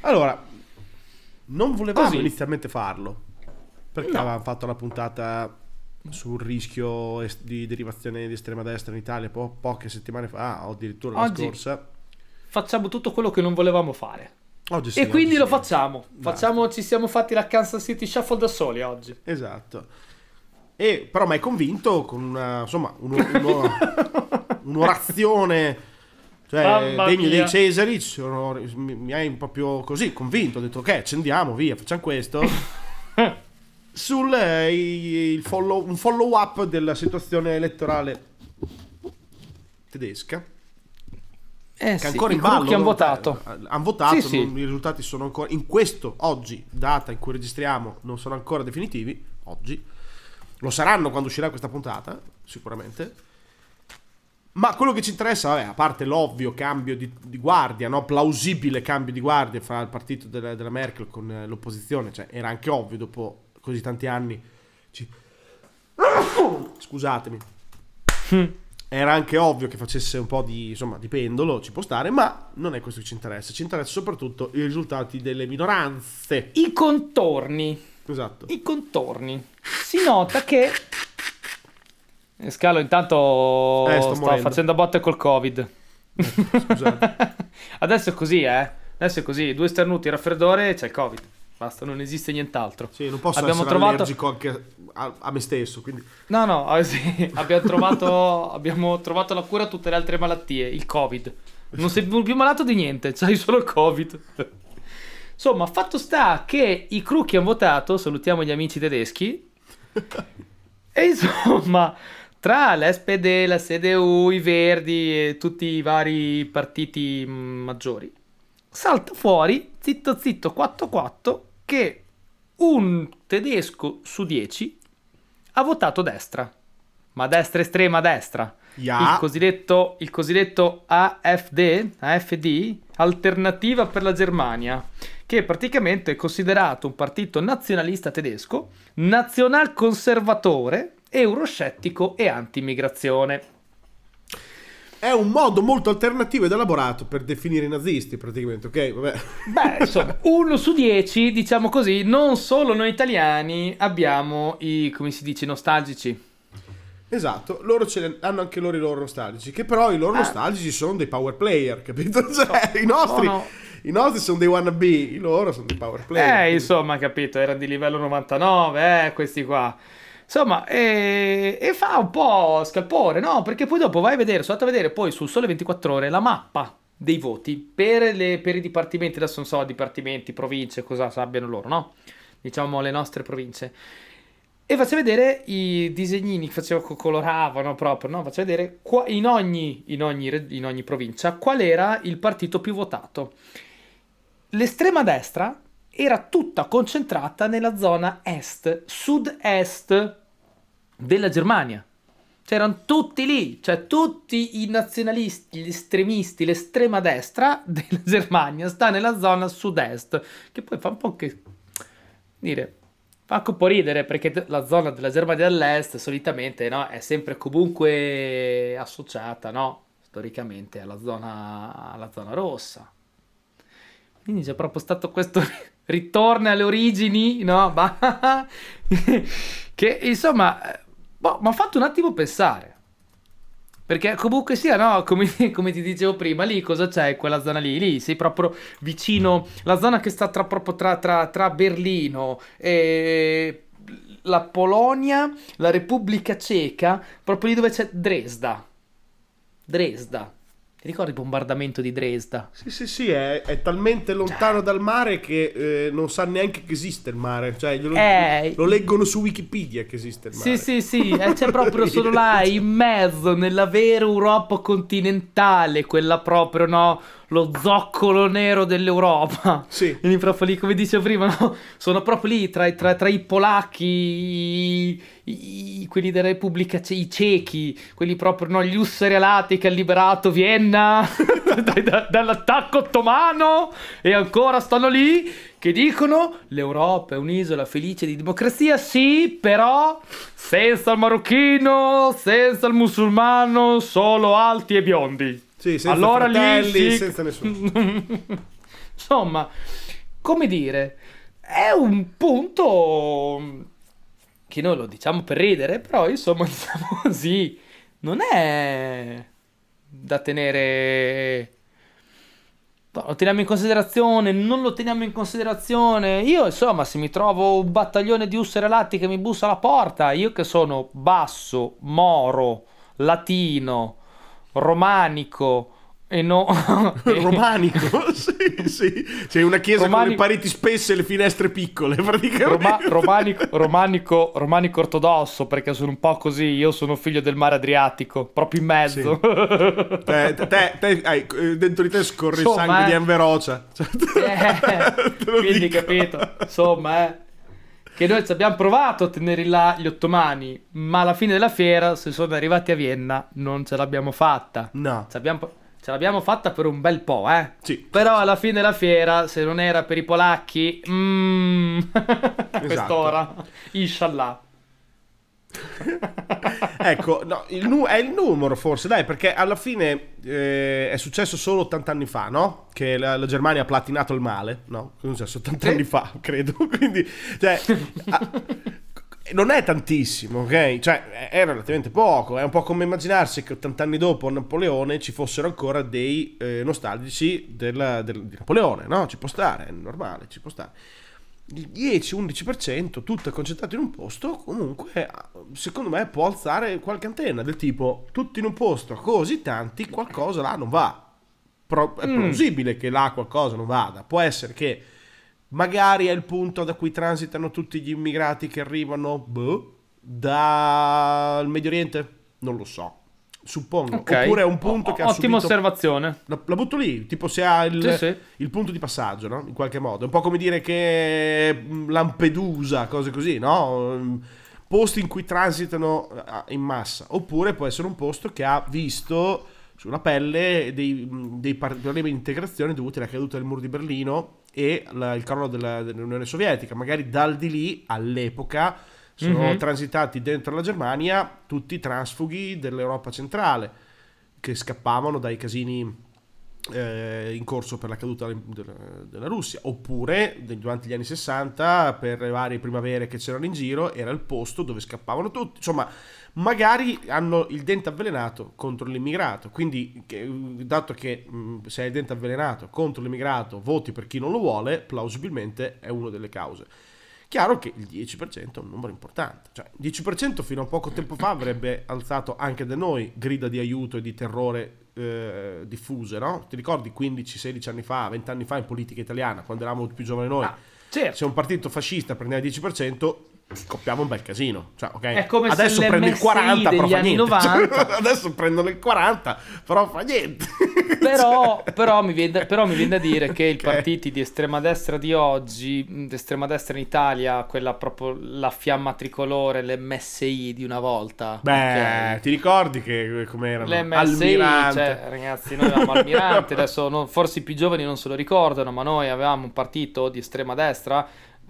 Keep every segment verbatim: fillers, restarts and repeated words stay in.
Allora, non volevamo Così. inizialmente farlo, perché No. avevamo fatto la puntata sul rischio es- di derivazione di estrema destra in Italia po- poche settimane fa, o addirittura la Oggi scorsa. facciamo tutto quello che non volevamo fare. Oggi sì, E quindi oggi lo sì. facciamo. Basta. Facciamo. Ci siamo fatti la Kansas City Shuffle da soli oggi. Esatto. E però mi hai convinto con una, insomma, uno- uno- un'orazione, cioè Mamma degno mia. dei Cesari. Ci sono- mi, mi hai proprio così convinto. Ho detto ok, accendiamo, via, facciamo questo. Sul eh, il follow, un follow up della situazione elettorale tedesca, Eh che sì, è ancora in i ballo. Crocchi hanno no? votato. Hanno votato, Sì, sì. non- i risultati sono ancora in questo oggi, data in cui registriamo, non sono ancora definitivi. Oggi lo saranno quando uscirà questa puntata, sicuramente. Ma quello che ci interessa, vabbè, a parte l'ovvio cambio di, di guardia, no? Plausibile cambio di guardia fra il partito della, della Merkel con eh, l'opposizione, cioè era anche ovvio dopo così tanti anni. Ci- Scusatemi. Era anche ovvio che facesse un po' di, insomma, di pendolo, ci può stare, ma non è questo che ci interessa. Ci interessa soprattutto i risultati delle minoranze. I contorni. Esatto. I contorni. Si nota che Eh, Scalo intanto Eh, sto sto morendo. facendo a botte col Covid. Scusate. Adesso è così, eh. Adesso è così, due starnuti, raffreddore e c'è il Covid. Basta, non esiste nient'altro. Sì, non posso Abbiamo essere trovato- allergico anche a, a me stesso, quindi No, no, eh, sì, abbiamo trovato abbiamo trovato la cura a tutte le altre malattie, il Covid. Non sei più malato di niente, c'hai solo il Covid. Insomma, fatto sta che i Crocchi hanno votato, salutiamo gli amici tedeschi. E insomma, tra l'S P D, la C D U, i Verdi e tutti i vari partiti mh, maggiori, salta fuori, zitto zitto, quattro quattro, che un tedesco su dieci ha votato destra, ma destra estrema destra. Ya. Il cosiddetto, il cosiddetto A F D, A F D, Alternativa per la Germania, che praticamente è considerato un partito nazionalista tedesco, nazionalconservatore, euroscettico e anti-immigrazione. è un modo molto alternativo ed elaborato per definire i nazisti, praticamente, ok? Vabbè. Beh, insomma, uno su dieci, diciamo così, non solo noi italiani abbiamo i, come si dice, nostalgici. Esatto, loro ce ne hanno anche loro i loro nostalgici, che però i loro Ah. nostalgici sono dei power player, capito? Cioè, i nostri, No, no. i nostri sono dei wannabe, i loro sono dei power player. Eh, quindi- insomma, capito, erano di livello novantanove, eh, questi qua. Insomma, e, e fa un po' scalpore, no? Perché poi dopo vai a vedere, sono andato a vedere poi sul Sole ventiquattro Ore la mappa dei voti per, le, per i dipartimenti, adesso non so, dipartimenti, province, cosa abbiano loro, no? Diciamo le nostre province. E faccio vedere i disegnini che facevo, coloravano proprio, no? Faccio vedere qua- in, ogni, in, ogni, re- in ogni provincia qual era il partito più votato. L'estrema destra era tutta concentrata nella zona est, sud-est della Germania. C'erano tutti lì, cioè tutti i nazionalisti, gli estremisti, l'estrema destra della Germania sta nella zona sud-est, che poi fa un po' che dire, fa anche un po' ridere perché la zona della Germania dell'est solitamente, no, è sempre comunque associata, no, storicamente alla zona, alla zona rossa. Quindi c'è proprio stato questo ritorno alle origini, no? Bah, che insomma, boh, mi ha fatto un attimo pensare. Perché comunque sia, no? Come, come ti dicevo prima, lì cosa c'è in quella zona lì? Lì sei proprio vicino, la zona che sta tra, proprio tra, tra, tra Berlino e la Polonia, la Repubblica Ceca, proprio lì dove c'è Dresda. Dresda. Ti ricordi il bombardamento di Dresda? Sì, sì, sì, è, è talmente lontano dal mare che eh, non sa neanche che esiste il mare. Cioè, glielo- Eh. lo leggono su Wikipedia che esiste il mare. Sì, sì, sì, e c'è proprio solo là, in mezzo, nella vera Europa continentale, quella proprio, no, lo zoccolo nero dell'Europa. Sì. Quindi proprio lì, come dicevo prima, no, sono proprio lì, tra, tra, tra i polacchi, i, i- quelli della Repubblica, Ce- i cechi, quelli proprio, no, gli ussarialati che ha liberato Vienna da- da- dall'attacco ottomano, e ancora stanno lì, che dicono l'Europa è un'isola felice di democrazia, sì, però senza il marocchino, senza il musulmano, solo alti e biondi. Sì, senza Allora lì fratelli, sì. senza nessuno. Insomma, come dire, è un punto che noi lo diciamo per ridere, però insomma, diciamo così, non è da tenere... No, lo teniamo in considerazione, non lo teniamo in considerazione. Io, insomma, se mi trovo un battaglione di Usserelati che mi bussa alla porta, io che sono basso, moro, latino, romanico e no... Romanico, sì, sì. C'è una chiesa Romani- con le pareti spesse e le finestre piccole, praticamente. Roma- romanico, romanico, romanico ortodosso, perché sono un po' così. Io sono figlio del mare Adriatico, proprio in mezzo. Sì. te, te, te hai, dentro di te scorre Insomma, il sangue eh. di Anverocia. Cioè, Eh, te lo quindi dico. capito, insomma, eh, che noi ci abbiamo provato a tenere là gli ottomani, ma alla fine della fiera, se sono arrivati a Vienna, non ce l'abbiamo fatta. No. Ce l'abbiamo, ce l'abbiamo fatta per un bel po', eh. Sì. Però alla fine della fiera, se non era per i polacchi, mm, Esatto. a quest'ora, inshallah. Ecco, no, il nu- è il numero forse, dai, perché alla fine eh, è successo solo ottanta anni fa, no? Che la, la Germania ha platinato il male, no? È successo ottanta Sì. anni fa, credo. Quindi, cioè, a- non è tantissimo, ok? Cioè, è, è relativamente poco. È un po' come immaginarsi che ottanta anni dopo Napoleone ci fossero ancora dei eh, nostalgici del- del- di Napoleone, no? Ci può stare, è normale, ci può stare. Il dieci undici per cento tutto è concentrato in un posto, comunque secondo me può alzare qualche antenna del tipo tutti in un posto così tanti, qualcosa là non va. Pro- è Mm. plausibile che là qualcosa non vada, può essere che magari è il punto da cui transitano tutti gli immigrati che arrivano boh, dal Medio Oriente, non lo so, suppongo. Ok. Oppure è un punto O- che ha ottima subito... osservazione. La, la butto lì, tipo se ha il, Sì, sì. il punto di passaggio, no? In qualche modo. È un po' come dire che mh, Lampedusa, cose così, no? Mm, Posti in cui transitano eh, in massa. Oppure può essere un posto che ha visto sulla pelle dei, mh, dei par- problemi di integrazione dovuti alla caduta del muro di Berlino e la- il crollo della- dell'Unione Sovietica. Magari dal di lì, all'epoca, sono Mhm. transitati dentro la Germania tutti transfughi dell'Europa centrale che scappavano dai casini eh, in corso per la caduta della, della Russia, oppure durante gli anni sessanta per le varie primavere che c'erano in giro era il posto dove scappavano tutti. Insomma, magari hanno il dente avvelenato contro l'immigrato, quindi che, dato che mh, se hai il dente avvelenato contro l'immigrato voti per chi non lo vuole, plausibilmente è una delle cause. Chiaro che il dieci per cento è un numero importante, cioè il dieci per cento fino a poco tempo fa avrebbe alzato anche da noi grida di aiuto e di terrore eh, diffuse, no? Ti ricordi quindici sedici anni fa, venti anni fa in politica italiana, quando eravamo più giovani noi, Ah, certo. se un partito fascista prendeva il dieci per cento scoppiava un bel casino, cioè, okay? È come se adesso prende il l'M S I quaranta però degli fa anni niente. novanta. Cioè, adesso prendono il quaranta però fa niente. Però, però, mi viene, però mi viene da dire che i Ok. partiti di estrema destra di oggi, mh, di estrema destra in Italia, quella proprio la fiamma tricolore, l'M S I di una volta. Beh, ok? ti ricordi che come erano? L'M S I, Almirante. cioè, ragazzi, noi avevamo Almirante, adesso non- forse i più giovani non se lo ricordano, ma noi avevamo un partito di estrema destra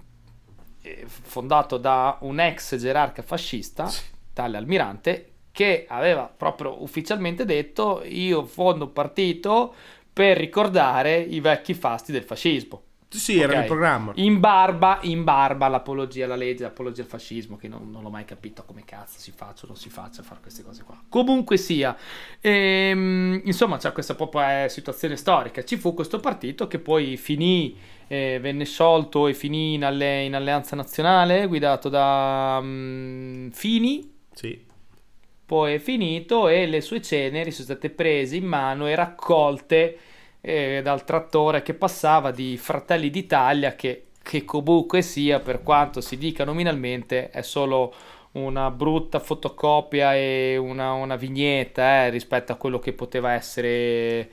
eh, fondato da un ex gerarca fascista, tale Almirante, che aveva proprio ufficialmente detto: io fondo un partito per ricordare i vecchi fasti del fascismo. Sì, sì, era Ok? nel programma. In barba, in barba all'apologia alla legge, l'apologia al fascismo, che non, non l'ho mai capito come cazzo si faccia o non si faccia a fare queste cose qua. Comunque sia, ehm, insomma, c'è questa proprio eh, situazione storica. Ci fu questo partito che poi finì, eh, venne sciolto e finì in, alle- in Alleanza Nazionale, guidato da mm, Fini. Sì. Poi è finito e le sue ceneri sono state prese in mano e raccolte eh, dal trattore che passava di Fratelli d'Italia, che, che comunque sia, per quanto si dica nominalmente, è solo una brutta fotocopia e una, una vignetta eh, rispetto a quello che poteva essere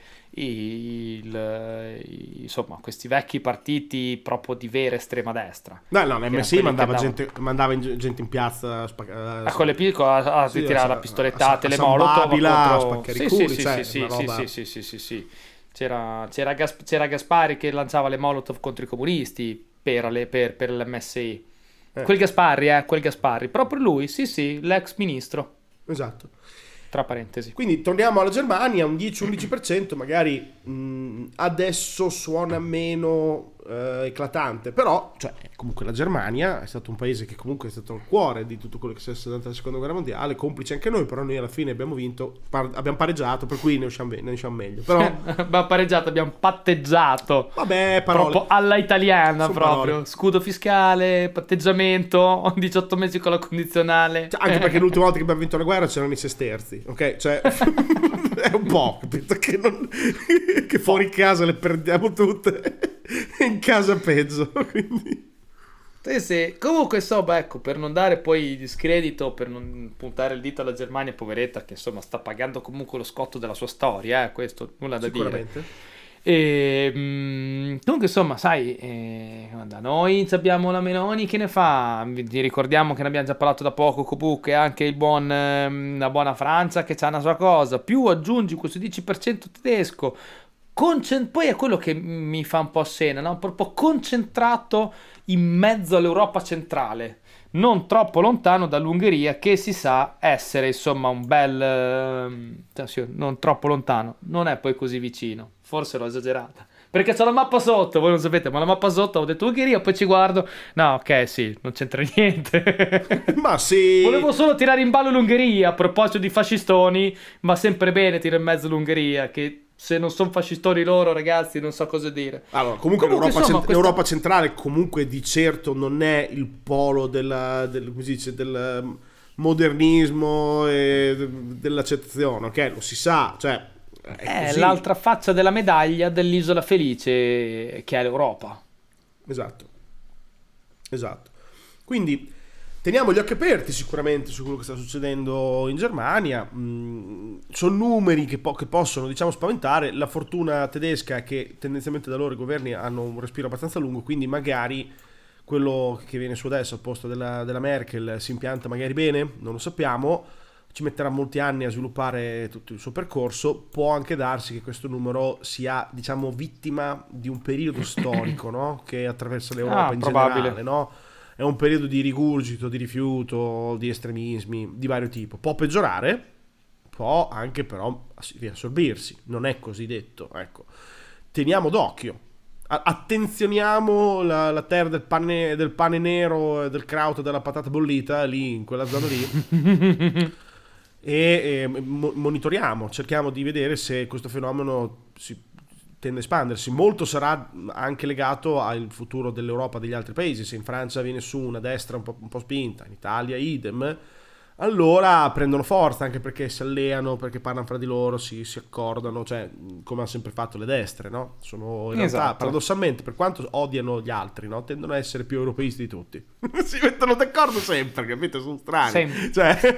il, il- insomma, questi vecchi partiti proprio di vera estrema destra. No, no, Che l'M S I erano quelli mandava che gente, mandava in- gente in piazza a spac- A con le piccole a, a sì, tirare a- la pistolettate, a- a le San molotov Babila, a contro... spaccare Sì, i sì, culi, sì, cioè, sì, una sì, roba- sì, sì, sì, sì, sì. C'era, c'era, Gas- c'era Gaspari che lanciava le molotov contro i comunisti per, le- per, per l'M S I. Eh. Quel Gasparri, eh, quel Gasparri. Proprio lui, sì, sì, l'ex ministro. Esatto. tra parentesi. Quindi torniamo alla Germania, un dieci undici per cento, magari mh, adesso suona meno eh, eclatante, però cioè, comunque la Germania è stato un paese che comunque è stato al cuore di tutto quello che si è stato nella seconda guerra mondiale, complice anche noi, però noi alla fine abbiamo vinto, par- abbiamo pareggiato, per cui ne usciamo, ne usciamo meglio. Però abbiamo pareggiato, abbiamo patteggiato. Vabbè, parole. Proprio alla italiana, Sono proprio. parole. Scudo fiscale, patteggiamento, diciotto mesi con la condizionale. Cioè, anche perché l'ultima volta che abbiamo vinto la guerra c'erano i sesterzi, ok? Cioè, è un po', capito? Che, non, che fuori casa le perdiamo tutte, in casa peggio, quindi... Sì, sì. Comunque, insomma, ecco, per non dare poi discredito, per non puntare il dito alla Germania, poveretta, che insomma sta pagando comunque lo scotto della sua storia, eh, questo nulla da dire. Sicuramente. E, mm, comunque insomma sai eh, da noi abbiamo la Meloni che ne fa, vi ricordiamo che ne abbiamo già parlato da poco, comunque anche il buon, ehm, la buona Francia che c'ha una sua cosa, più aggiungi questo dieci per cento tedesco, concent- poi è quello che mi fa un po' sena, no? Proprio concentrato in mezzo all'Europa centrale, non troppo lontano dall'Ungheria, che si sa essere insomma un bel ehm, sì, non troppo lontano, non è poi così vicino, forse l'ho esagerata perché c'ho la mappa sotto, voi non sapete, ma la mappa sotto ho detto Ungheria, poi ci guardo, no ok sì, non c'entra niente. Ma sì, volevo solo tirare in ballo l'Ungheria a proposito di fascistoni, ma sempre bene tirare in mezzo l'Ungheria, che se non sono fascistoni loro, ragazzi, non so cosa dire. allora, comunque, Comunque, l'Europa, insomma, cent- questa- l'Europa centrale comunque di certo non è il polo della, del, come si dice, del modernismo e dell'accettazione, ok? Lo si sa, cioè è, È così. l'altra faccia della medaglia dell'isola felice che è l'Europa. Esatto, esatto. Quindi teniamo gli occhi aperti sicuramente su quello che sta succedendo in Germania. Mm, sono numeri che, po- che possono, diciamo, spaventare. La fortuna tedesca è che tendenzialmente da loro i governi hanno un respiro abbastanza lungo, quindi magari quello che viene su adesso al posto della, della Merkel si impianta magari bene, non lo sappiamo. Ci metterà molti anni a sviluppare tutto il suo percorso. Può anche darsi che questo numero sia, diciamo, vittima di un periodo storico, no? Che attraversa l'Europa Ah, in probabile. generale, no? È un periodo di rigurgito, di rifiuto, di estremismi di vario tipo. Può peggiorare, può anche però riassorbirsi. Non è così detto, ecco. Teniamo d'occhio. A- attenzioniamo la, la terra del pane, del pane nero, del kraut e della patata bollita, lì, in quella zona lì. E, e mo- monitoriamo, cerchiamo di vedere se questo fenomeno si tende a espandersi. Molto sarà anche legato al futuro dell'Europa e degli altri paesi. Se in Francia viene su una destra un po', un po' spinta, in Italia idem, allora prendono forza, anche perché si alleano, perché parlano fra di loro, si, si accordano, cioè come hanno sempre fatto le destre, no? Sono in realtà, Esatto. paradossalmente, per quanto odiano gli altri, no? Tendono a essere più europeisti di tutti. Si mettono d'accordo sempre, capite? Sono strani. Sempre. Cioè,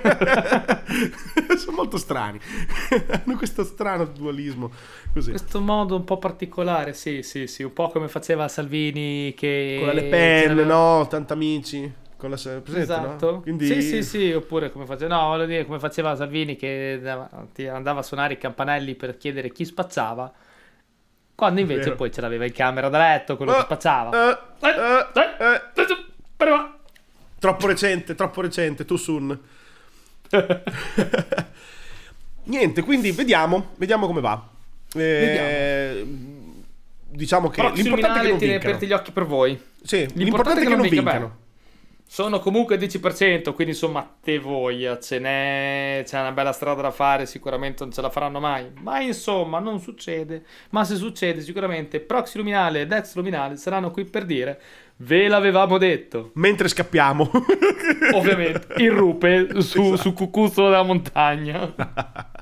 sono molto strani. Hanno questo strano dualismo. Così. Questo modo un po' particolare, sì, sì, sì, un po' come faceva Salvini che... Con la Le Pen, c'era- no? Tanti amici. Con la presente, Esatto. no? Quindi... Sì, sì, sì, oppure come faceva, no, voglio dire, come faceva Salvini che davanti- andava a suonare i campanelli per chiedere chi spacciava, quando invece Vero. poi ce l'aveva in camera da letto quello che Eh, spacciava. eh, eh, eh. Però- Troppo recente, troppo recente, too soon. Niente, quindi vediamo, vediamo come va. Eh, diciamo che Prossimo l'importante è che non tiene vincano. aperti gli occhi per voi. Sì, l'importante è che non vinca, vincano. beh. Sono comunque il dieci per cento, quindi insomma te voglia, ce n'è, c'è una bella strada da fare, sicuramente non ce la faranno mai, ma insomma non succede, ma se succede sicuramente Proxy Luminale ed Ex Luminale saranno qui per dire ve l'avevamo detto, Mentre scappiamo. ovviamente, irrupe su, su Cucuzzolo della montagna.